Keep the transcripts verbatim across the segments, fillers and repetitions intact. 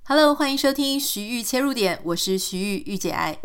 Hello， 欢迎收听徐玉切入点，我是徐玉玉姐爱。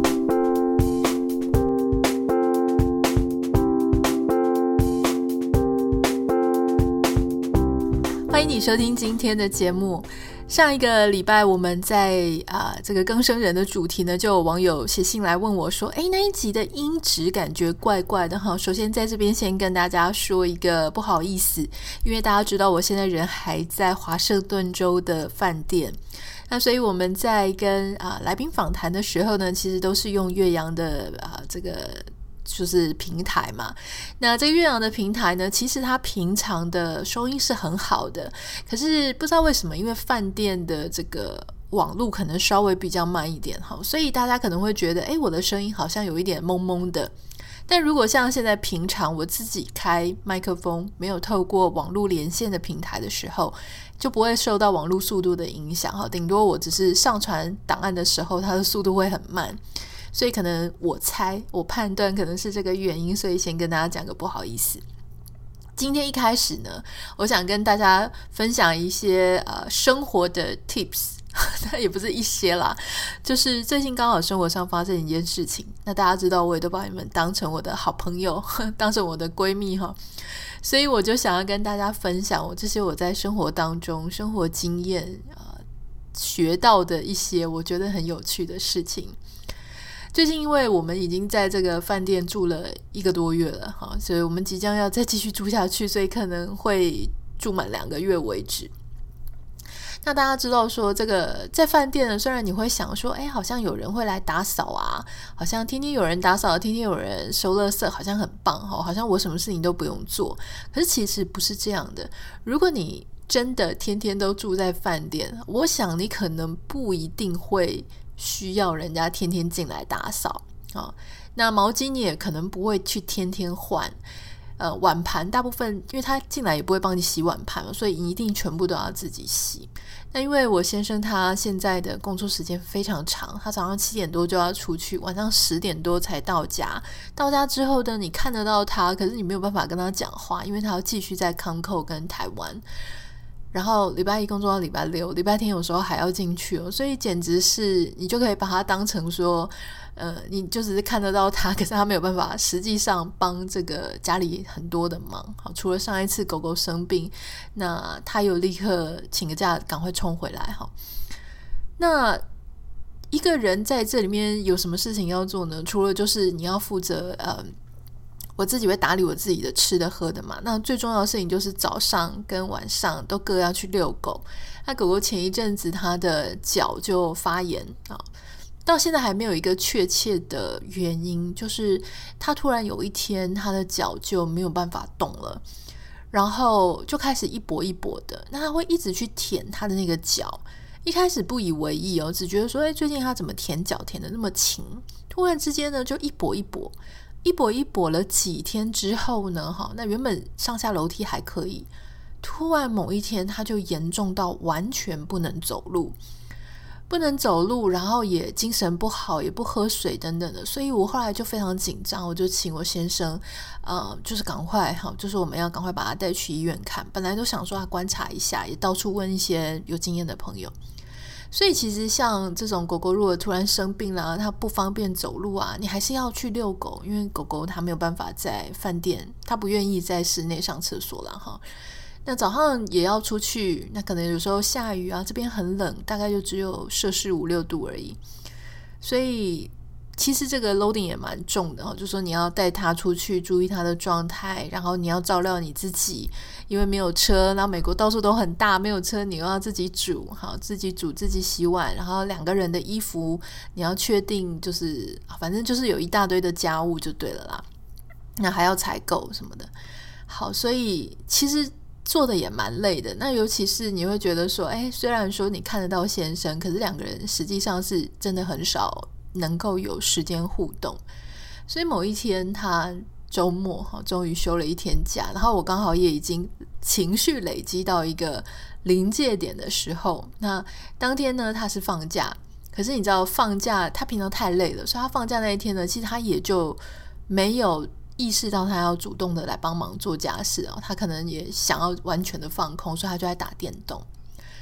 欢迎你收听今天的节目。上一个礼拜我们在、呃、这个更生人的主题呢，就有网友写信来问我说，诶，那一集的音质感觉怪怪的哈。首先在这边先跟大家说一个不好意思，因为大家知道我现在人还在华盛顿州的饭店，那所以我们在跟、呃、来宾访谈的时候呢，其实都是用越洋的、呃、这个就是平台嘛。那这个越洋的平台呢，其实它平常的收音是很好的，可是不知道为什么，因为饭店的这个网路可能稍微比较慢一点，所以大家可能会觉得，诶，我的声音好像有一点懵懵的。但如果像现在平常我自己开麦克风，没有透过网路连线的平台的时候，就不会受到网路速度的影响，顶多我只是上传档案的时候，它的速度会很慢。所以可能我猜我判断可能是这个原因，所以先跟大家讲个不好意思。今天一开始呢，我想跟大家分享一些呃生活的 tips， 那也不是一些啦，就是最近刚好生活上发生一件事情，那大家知道我也都把你们当成我的好朋友，当成我的闺蜜哈，所以我就想要跟大家分享我这些我在生活当中生活经验、呃、学到的一些我觉得很有趣的事情。最近因为我们已经在这个饭店住了一个多月了，所以我们即将要再继续住下去，所以可能会住满两个月为止。那大家知道说这个在饭店呢，虽然你会想说，哎，好像有人会来打扫啊，好像天天有人打扫，天天有人收垃圾，好像很棒，好像我什么事情都不用做。可是其实不是这样的。如果你真的天天都住在饭店，我想你可能不一定会需要人家天天进来打扫、哦、那毛巾你也可能不会去天天换，呃，碗盘大部分因为他进来也不会帮你洗碗盘，所以你一定全部都要自己洗。那因为我先生他现在的工作时间非常长，他早上七点多就要出去，晚上十点多才到家。到家之后呢，你看得到他，可是你没有办法跟他讲话，因为他要继续在康扣跟台湾。然后礼拜一工作到礼拜六，礼拜天有时候还要进去哦，所以简直是你就可以把它当成说，呃，你就只是看得到他，可是他没有办法实际上帮这个家里很多的忙。好，除了上一次狗狗生病，那他有立刻请个假，赶快冲回来哈。那一个人在这里面有什么事情要做呢？除了就是你要负责呃。我自己会打理我自己的吃的喝的嘛，那最重要的事情就是早上跟晚上都各要去遛狗。那狗狗前一阵子它的脚就发炎啊，到现在还没有一个确切的原因，就是它突然有一天它的脚就没有办法动了，然后就开始一跛一跛的，那它会一直去舔它的那个脚。一开始不以为意哦，只觉得说，哎，最近它怎么舔脚舔得那么勤？突然之间呢，就一跛一跛。一跛一跛了几天之后呢，那原本上下楼梯还可以，突然某一天他就严重到完全不能走路，不能走路，然后也精神不好，也不喝水等等的。所以我后来就非常紧张，我就请我先生呃，就是赶快就是我们要赶快把他带去医院看。本来都想说他观察一下，也到处问一些有经验的朋友。所以其实像这种狗狗如果突然生病了，它不方便走路啊，你还是要去遛狗，因为狗狗它没有办法在饭店，它不愿意在室内上厕所啦哈。那早上也要出去，那可能有时候下雨啊，这边很冷，大概就只有摄氏五六度而已。所以其实这个 loading 也蛮重的，就是说你要带它出去，注意它的状态，然后你要照料你自己，因为没有车，然后美国到处都很大，没有车你又要自己煮，好，自己煮自己洗碗，然后两个人的衣服你要确定，就是反正就是有一大堆的家务就对了啦，那还要采购什么的。好，所以其实做的也蛮累的。那尤其是你会觉得说，哎，虽然说你看得到先生，可是两个人实际上是真的很少能够有时间互动。所以某一天他周末终于休了一天假，然后我刚好也已经情绪累积到一个临界点的时候，那当天呢他是放假，可是你知道放假他平常太累了，所以他放假那一天呢，其实他也就没有意识到他要主动的来帮忙做家事、哦、他可能也想要完全的放空，所以他就在打电动。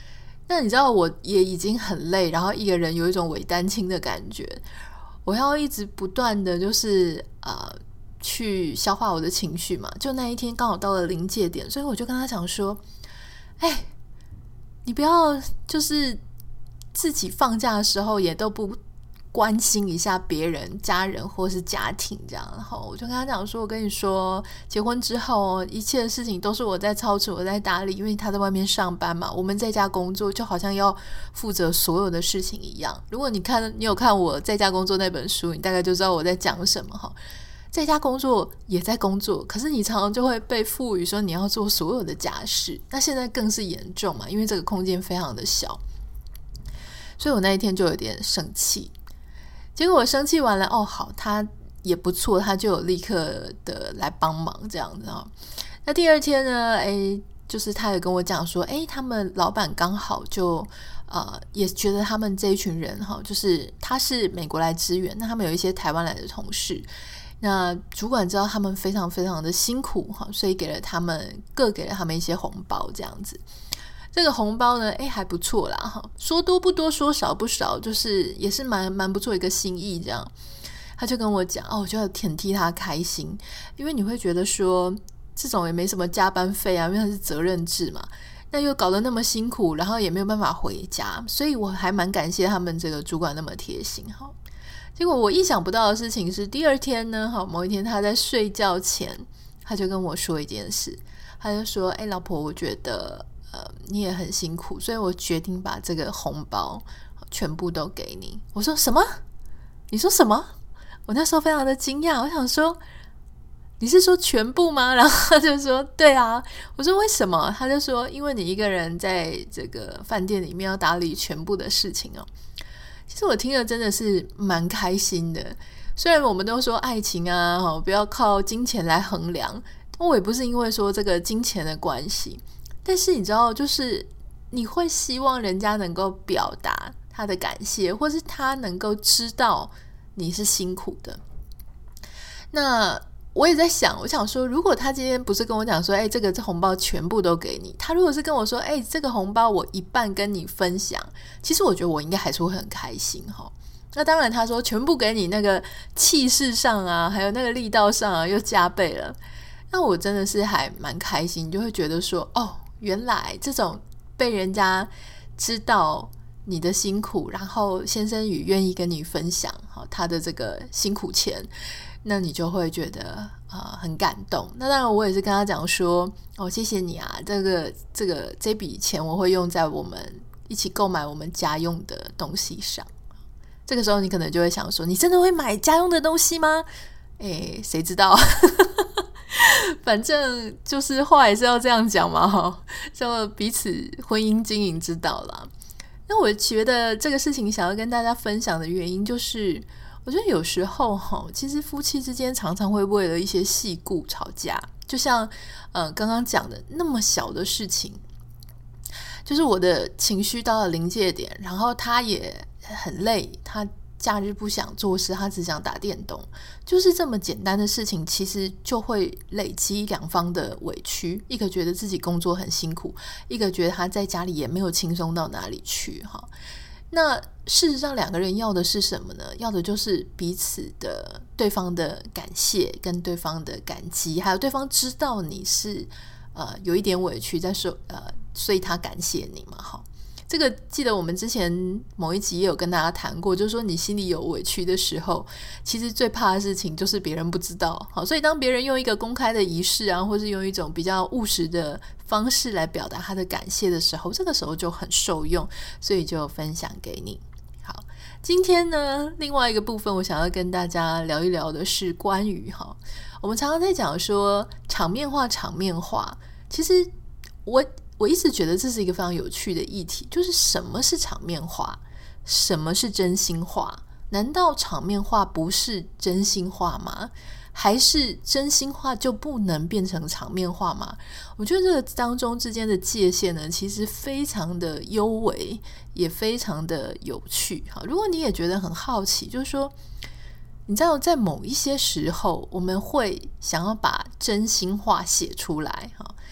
那你知道我也已经很累，然后一个人有一种伪单亲的感觉，我要一直不断的就是呃去消化我的情绪嘛。就那一天刚好到了临界点，所以我就跟他讲说，哎，你不要就是自己放假的时候也都不关心一下别人家人或是家庭这样。然后我就跟他讲说，我跟你说结婚之后一切的事情都是我在操持，我在打理，因为他在外面上班嘛，我们在家工作就好像要负责所有的事情一样。如果你看你有看我在家工作那本书，你大概就知道我在讲什么哈。在家工作也在工作，可是你常常就会被赋予说你要做所有的家事，那现在更是严重嘛，因为这个空间非常的小。所以我那一天就有点生气，结果我生气完了，哦好，他也不错，他就有立刻的来帮忙这样子哈。那第二天呢，诶就是他也跟我讲说，诶他们老板刚好就呃也觉得他们这一群人哈，就是他是美国来支援，那他们有一些台湾来的同事，那主管知道他们非常非常的辛苦哈，所以给了他们各给了他们一些红包这样子。这个红包呢，哎还不错啦哈，说多不多，说少不少，就是也是蛮蛮不错一个心意这样。他就跟我讲，哦，我就要挺替他开心，因为你会觉得说这种也没什么加班费啊，因为它是责任制嘛，那又搞得那么辛苦，然后也没有办法回家，所以我还蛮感谢他们这个主管那么贴心哈。结果我意想不到的事情是，第二天呢，好，某一天他在睡觉前，他就跟我说一件事，他就说，哎，老婆，我觉得呃你也很辛苦，所以我决定把这个红包全部都给你。我说什么？你说什么？我那时候非常的惊讶，我想说你是说全部吗？然后他就说对啊。我说为什么？他就说因为你一个人在这个饭店里面要打理全部的事情哦。其实我听了真的是蛮开心的，虽然我们都说爱情啊不要靠金钱来衡量，我也不是因为说这个金钱的关系，但是你知道就是你会希望人家能够表达他的感谢，或是他能够知道你是辛苦的。那我也在想，我想说如果他今天不是跟我讲说哎，这个这红包全部都给你，他如果是跟我说哎，这个红包我一半跟你分享，其实我觉得我应该还是会很开心齁。那当然他说全部给你，那个气势上啊还有那个力道上啊又加倍了，那我真的是还蛮开心，就会觉得说哦，原来这种被人家知道你的辛苦，然后先生也愿意跟你分享他的这个辛苦钱，那你就会觉得、呃、很感动。那当然我也是跟他讲说哦，谢谢你啊，这个这个这笔钱我会用在我们一起购买我们家用的东西上。这个时候你可能就会想说，你真的会买家用的东西吗？诶，谁知道反正就是话也是要这样讲嘛，就彼此婚姻经营之道啦。那我觉得这个事情想要跟大家分享的原因就是我觉得有时候其实夫妻之间常常会为了一些细故吵架，就像呃刚刚讲的那么小的事情，就是我的情绪到了临界点，然后他也很累，他假日不想做事，他只想打电动，就是这么简单的事情其实就会累积两方的委屈，一个觉得自己工作很辛苦，一个觉得他在家里也没有轻松到哪里去哈。那事实上两个人要的是什么呢？要的就是彼此的对方的感谢跟对方的感激，还有对方知道你是呃有一点委屈在说呃，所以他感谢你嘛哈。这个记得我们之前某一集也有跟大家谈过，就是说你心里有委屈的时候，其实最怕的事情就是别人不知道。好，所以当别人用一个公开的仪式啊，或是用一种比较务实的方式来表达他的感谢的时候，这个时候就很受用，所以就分享给你。好，今天呢另外一个部分我想要跟大家聊一聊的是关于哈，我们常常在讲说场面话场面话，其实我我一直觉得这是一个非常有趣的议题，就是什么是场面话，什么是真心话？难道场面话不是真心话吗？还是真心话就不能变成场面话吗？我觉得这个当中之间的界限呢，其实非常的幽微，也非常的有趣。好，如果你也觉得很好奇，就是说你知道在某一些时候我们会想要把真心话写出来哈，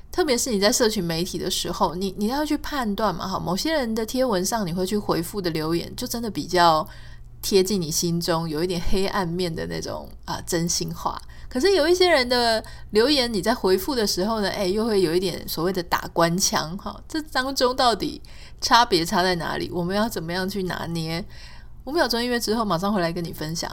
特别是你在社群媒体的时候，你你要去判断嘛，某些人的贴文上你会去回复的留言就真的比较贴近你心中有一点黑暗面的那种啊真心话，可是有一些人的留言你在回复的时候呢，哎，又会有一点所谓的打官腔，这当中到底差别差在哪里？我们要怎么样去拿捏？五秒钟音乐之后马上回来跟你分享。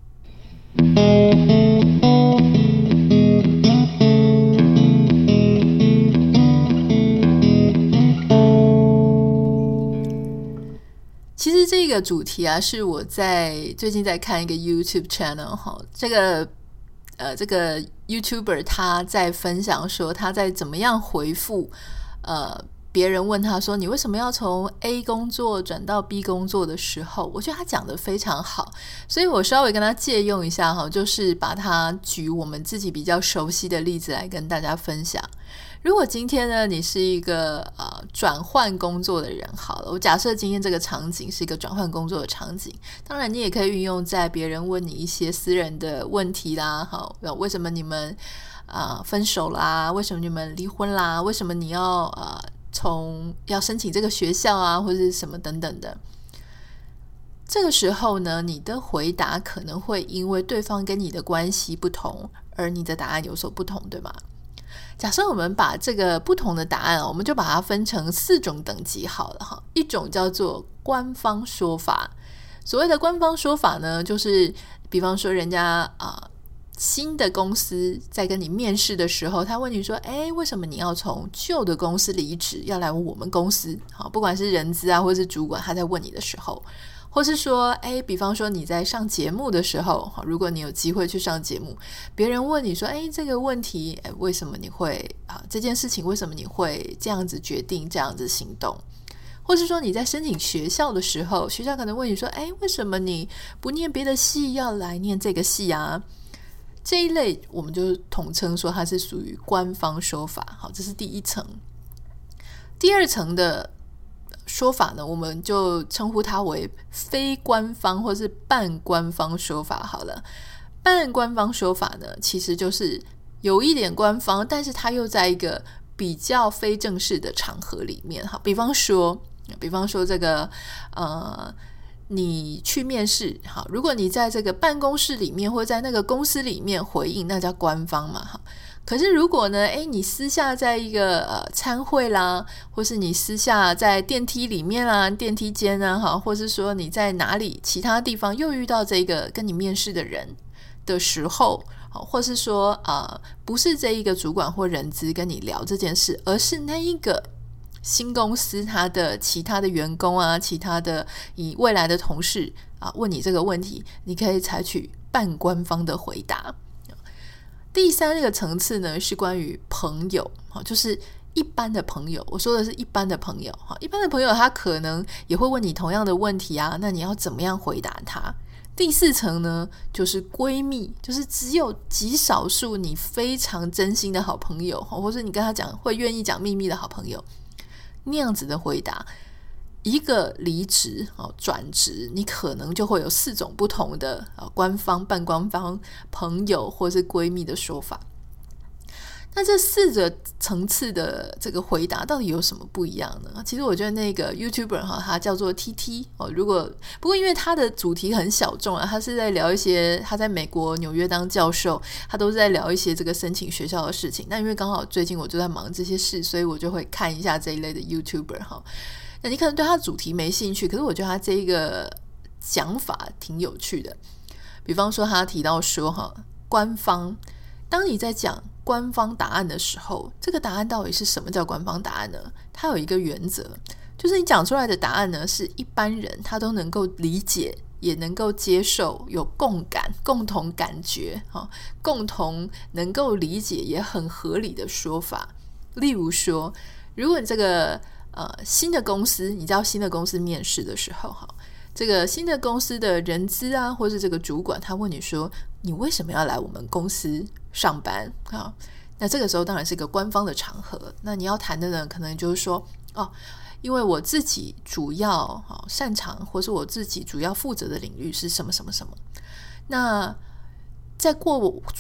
其实这个主题啊，是我在最近在看一个 YouTube channel 哈，这个呃这个 YouTuber 他在分享说他在怎么样回复呃别人问他说你为什么要从 A 工作转到 B 工作的时候，我觉得他讲得非常好，所以我稍微跟他借用一下哈，就是把他举我们自己比较熟悉的例子来跟大家分享。如果今天呢你是一个呃转换工作的人好了，我假设今天这个场景是一个转换工作的场景，当然你也可以运用在别人问你一些私人的问题啦，好，为什么你们呃分手啦，为什么你们离婚啦，为什么你要呃从要申请这个学校啊，或者是什么等等的。这个时候呢，你的回答可能会因为对方跟你的关系不同，而你的答案有所不同，对吗？假设我们把这个不同的答案，我们就把它分成四种等级好了哈。一种叫做官方说法，所谓的官方说法呢，就是比方说人家啊、呃、新的公司在跟你面试的时候，他问你说，哎，为什么你要从旧的公司离职，要来我们公司？好，不管是人资啊，或是主管，他在问你的时候。或是说，哎，比方说你在上节目的时候，如果你有机会去上节目，别人问你说，哎，这个问题，哎，为什么你会啊？这件事情为什么你会这样子决定，这样子行动？或是说你在申请学校的时候，学校可能问你说，哎，为什么你不念别的系，要来念这个系啊？这一类我们就统称说它是属于官方说法。好，这是第一层。第二层的说法呢，我们就称呼它为非官方或是半官方说法好了。半官方说法呢，其实就是有一点官方，但是它又在一个比较非正式的场合里面。好，比方说比方说这个呃你去面试，好，如果你在这个办公室里面或在那个公司里面回应，那叫官方嘛。好，可是如果呢，诶，你私下在一个呃餐会啦，或是你私下在电梯里面啦、电梯间啊，哈，或是说你在哪里其他地方又遇到这个跟你面试的人的时候，或是说呃不是这一个主管或人资跟你聊这件事，而是那一个新公司他的其他的员工啊，其他的以未来的同事啊问你这个问题，你可以采取半官方的回答。第三个层次呢，是关于朋友，就是一般的朋友，我说的是一般的朋友，一般的朋友他可能也会问你同样的问题啊，那你要怎么样回答他？第四层呢，就是闺蜜，就是只有极少数你非常真心的好朋友，或是你跟他讲会愿意讲秘密的好朋友，那样子的回答。一个离职转职，你可能就会有四种不同的官方、半官方、朋友或是闺蜜的说法。那这四个层次的这个回答到底有什么不一样呢？其实我觉得那个 YouTuber 哈，他叫做 T T 哦。如果不过因为他的主题很小众啊，他是在聊一些他在美国纽约当教授，他都是在聊一些这个申请学校的事情。那因为刚好最近我就在忙这些事，所以我就会看一下这一类的 YouTuber 哈。那你可能对他主题没兴趣，可是我觉得他这一个讲法挺有趣的。比方说他提到说哈，官方，当你在讲官方答案的时候，这个答案到底是什么叫官方答案呢？它有一个原则，就是你讲出来的答案呢，是一般人他都能够理解，也能够接受，有共感、共同感觉、共同能够理解也很合理的说法。例如说，如果你这个呃，新的公司，你知道新的公司面试的时候，哈，这个新的公司的人资啊，或是这个主管，他问你说，你为什么要来我们公司上班？啊，那这个时候当然是一个官方的场合，那你要谈的呢，可能就是说，哦，因为我自己主要、哦、擅长，或是我自己主要负责的领域是什么什么什么。那在过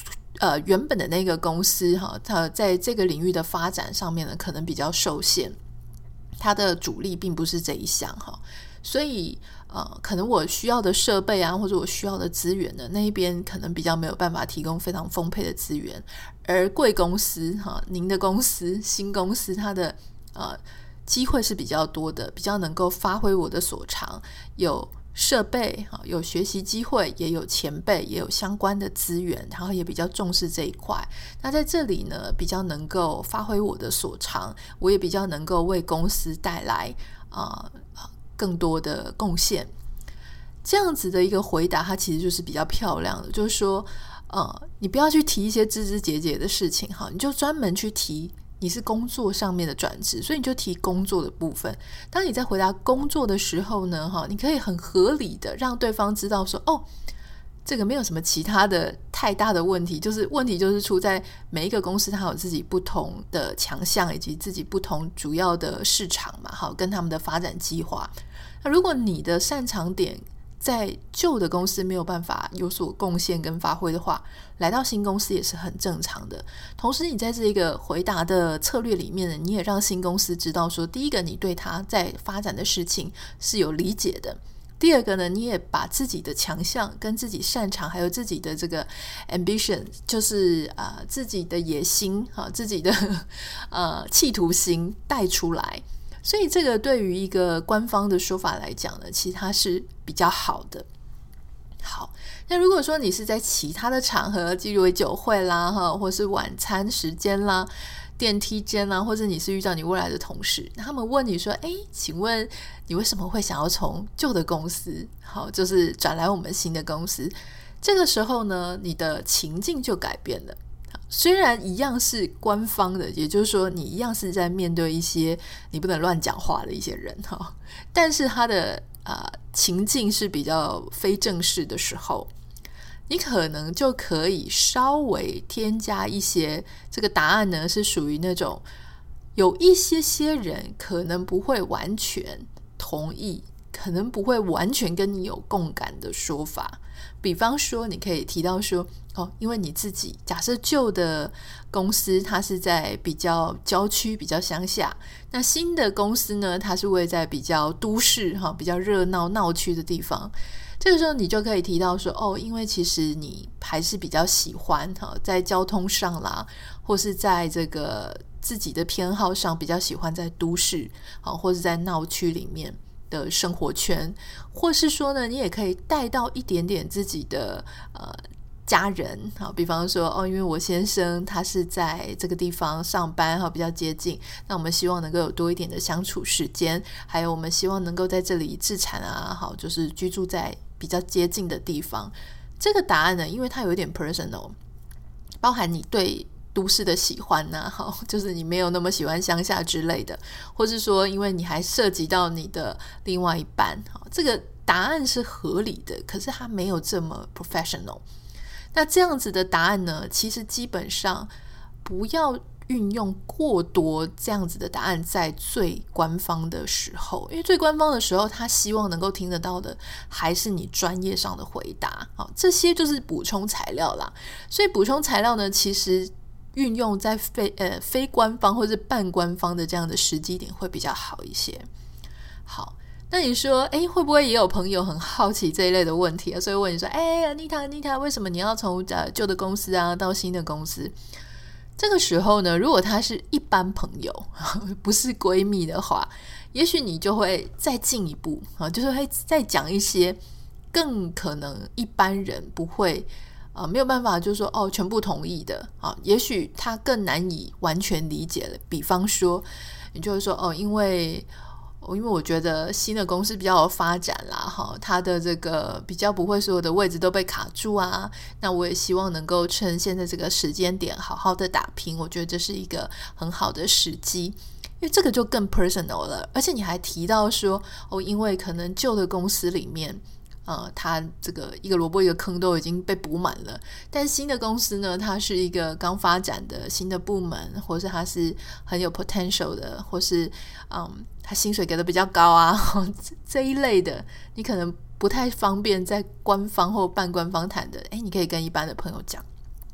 呃原本的那个公司哈，它在这个领域的发展上面呢，可能比较受限，它的主力并不是这一项哈，所以呃，可能我需要的设备啊，或者我需要的资源呢，那一边可能比较没有办法提供非常丰沛的资源，而贵公司哈，您的公司新公司它的呃机会是比较多的，比较能够发挥我的所长，有设备有学习机会，也有前辈，也有相关的资源，然后也比较重视这一块。那在这里呢，比较能够发挥我的所长，我也比较能够为公司带来呃更多的贡献。这样子的一个回答，它其实就是比较漂亮的，就是说呃，你不要去提一些枝枝节节的事情哈，你就专门去提你是工作上面的转职，所以你就提工作的部分。当你在回答工作的时候呢，你可以很合理的让对方知道说，哦，这个没有什么其他的太大的问题，就是问题就是出在每一个公司它有自己不同的强项，以及自己不同主要的市场嘛，好，跟他们的发展计划。那如果你的擅长点在旧的公司没有办法有所贡献跟发挥的话，来到新公司也是很正常的。同时你在这个回答的策略里面呢，你也让新公司知道说，第一个你对他在发展的事情是有理解的，第二个呢，你也把自己的强项跟自己擅长还有自己的这个 ambition， 就是呃自己的野心、啊、自己的呃企图心带出来。所以这个对于一个官方的说法来讲呢，其实它是比较好的。好，那如果说你是在其他的场合，例如酒会啦，或是晚餐时间啦，电梯间啦，或者你是遇到你未来的同事，他们问你说，诶，请问你为什么会想要从旧的公司好，就是转来我们新的公司？这个时候呢，你的情境就改变了。虽然一样是官方的，也就是说你一样是在面对一些你不能乱讲话的一些人，但是他的、呃、情境是比较非正式的时候，你可能就可以稍微添加一些，这个答案呢是属于那种有一些些人可能不会完全同意，可能不会完全跟你有共感的说法。比方说你可以提到说，哦，因为你自己假设旧的公司它是在比较郊区比较乡下，那新的公司呢它是位在比较都市比较热闹闹区的地方，这个时候你就可以提到说，哦，因为其实你还是比较喜欢在交通上啦，或是在这个自己的偏好上比较喜欢在都市或是在闹区里面的生活圈，或是说呢，你也可以带到一点点自己的呃家人，好，比方说哦，因为我先生他是在这个地方上班，好，比较接近，那我们希望能够有多一点的相处时间，还有我们希望能够在这里置产啊，好，就是居住在比较接近的地方。这个答案呢，因为它有一点 personal， 包含你对都市的喜欢啊，好，就是你没有那么喜欢乡下之类的，或是说因为你还涉及到你的另外一半，好，这个答案是合理的，可是它没有这么 professional。 那这样子的答案呢，其实基本上不要运用过多这样子的答案在最官方的时候，因为最官方的时候他希望能够听得到的还是你专业上的回答，好，这些就是补充材料啦。所以补充材料呢，其实运用在非呃非官方或是半官方的这样的时机点会比较好一些。好，那你说，诶，会不会也有朋友很好奇这一类的问题啊？所以问你说，诶 Anita Anita 为什么你要从、呃、旧的公司啊到新的公司？这个时候呢，如果他是一般朋友不是闺蜜的话，也许你就会再进一步，就是会再讲一些更可能一般人不会呃，没有办法就是说哦全部同意的啊，也许他更难以完全理解了。比方说你就会说哦，因为因为我觉得新的公司比较有发展啦，哈，它的这个比较不会所有的位置都被卡住啊，那我也希望能够趁现在这个时间点好好的打拼，我觉得这是一个很好的时机。因为这个就更 personal 了，而且你还提到说哦，因为可能旧的公司里面呃，它这个一个萝卜一个坑都已经被补满了，但新的公司呢，它是一个刚发展的新的部门，或是它是很有 potential 的，或是嗯，它薪水给的比较高啊这一类的，你可能不太方便在官方或半官方谈的，诶，你可以跟一般的朋友讲。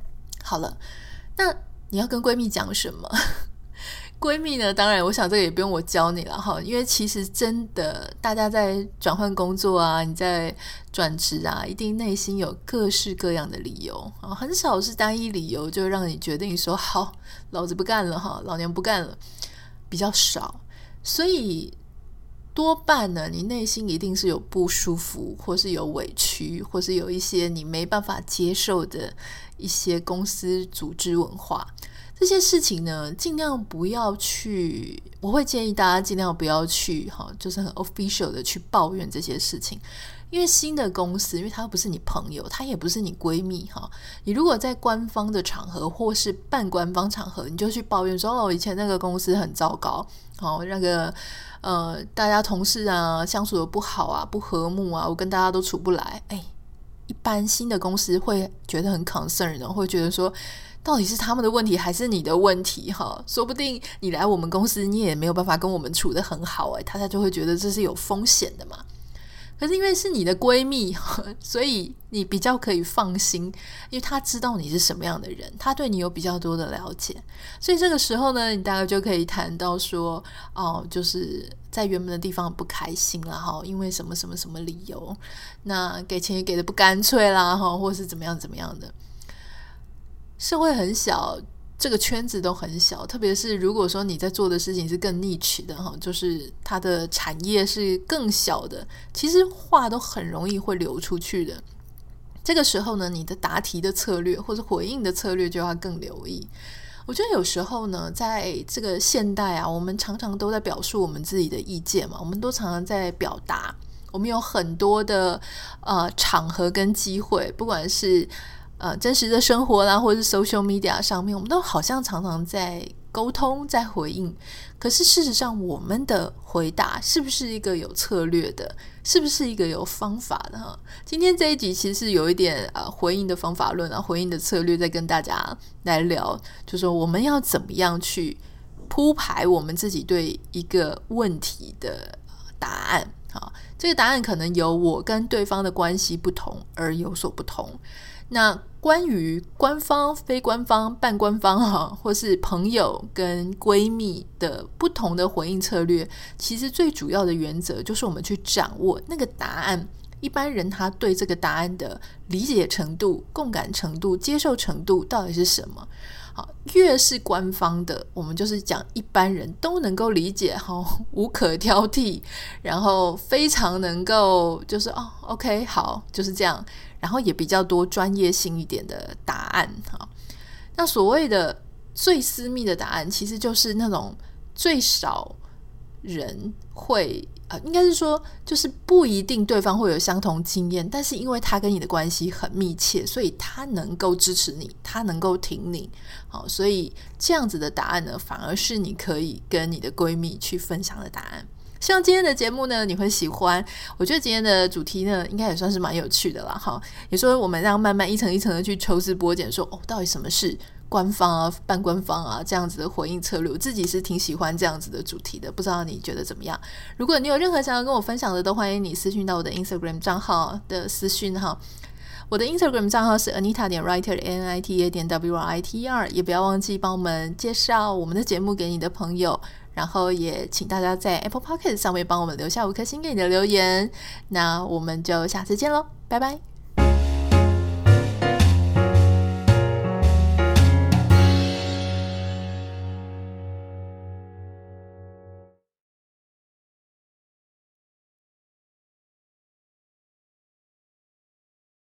好了，那你要跟闺蜜讲什么？闺蜜呢，当然我想这个也不用我教你了哈，因为其实真的大家在转换工作啊，你在转职啊，一定内心有各式各样的理由，很少是单一理由就让你决定说好老子不干了哈，老娘不干了，比较少。所以多半呢，你内心一定是有不舒服，或是有委屈，或是有一些你没办法接受的一些公司组织文化。这些事情呢，尽量不要去，我会建议大家尽量不要去就是很 official 的去抱怨这些事情。因为新的公司，因为它不是你朋友，它也不是你闺蜜哈。你如果在官方的场合或是半官方场合，你就去抱怨说哦，以前那个公司很糟糕，哦，那个呃，大家同事啊相处的不好啊，不和睦啊，我跟大家都处不来。哎，一般新的公司会觉得很 concern 的，会觉得说，到底是他们的问题还是你的问题哈？说不定你来我们公司，你也没有办法跟我们处得很好，哎，大家就会觉得这是有风险的嘛。可是因为是你的闺蜜，所以你比较可以放心，因为她知道你是什么样的人，她对你有比较多的了解，所以这个时候呢，你大概就可以谈到说，哦，就是在原本的地方不开心啦，因为什么什么什么理由，那给钱也给的不干脆啦，或是怎么样怎么样的。社会很小，这个圈子都很小，特别是如果说你在做的事情是更 niche 的，就是它的产业是更小的，其实话都很容易会流出去的。这个时候呢，你的答题的策略或者回应的策略就要更留意。我觉得有时候呢，在这个现代啊，我们常常都在表述我们自己的意见嘛，我们都常常在表达，我们有很多的呃场合跟机会，不管是呃，真实的生活啦，或者是 social media 上面，我们都好像常常在沟通，在回应。可是事实上，我们的回答是不是一个有策略的？是不是一个有方法的？哈，今天这一集其实是有一点呃回应的方法论啊，回应的策略，在跟大家来聊，就是说我们要怎么样去铺排我们自己对一个问题的答案。好，这个答案可能由我跟对方的关系不同而有所不同。那关于官方、非官方、半官方哈，或是朋友跟闺蜜的不同的回应策略，其实最主要的原则就是我们去掌握那个答案，一般人他对这个答案的理解程度、共感程度、接受程度到底是什么。好，越是官方的，我们就是讲一般人都能够理解，好，无可挑剔，然后非常能够就是哦 OK 好，就是这样，然后也比较多专业性一点的答案。好，那所谓的最私密的答案，其实就是那种最少人会呃，应该是说就是不一定对方会有相同经验，但是因为他跟你的关系很密切，所以他能够支持你，他能够挺你。好，所以这样子的答案呢，反而是你可以跟你的闺蜜去分享的答案。希望今天的节目呢你会喜欢，我觉得今天的主题呢应该也算是蛮有趣的啦哈，也说我们让慢慢一层一层的去抽丝剥茧，说哦，到底什么是官方啊、半官方啊这样子的回应策略，我自己是挺喜欢这样子的主题的，不知道你觉得怎么样？如果你有任何想要跟我分享的，都欢迎你私讯到我的 Instagram 账号的私讯哈。我的 Instagram 账号是 Anita 点 Writer N I T A 点 W R I T E R， 也不要忘记帮我们介绍我们的节目给你的朋友，然后也请大家在 Apple Podcast 上面帮我们留下五颗星给你的留言。那我们就下次见咯，拜拜。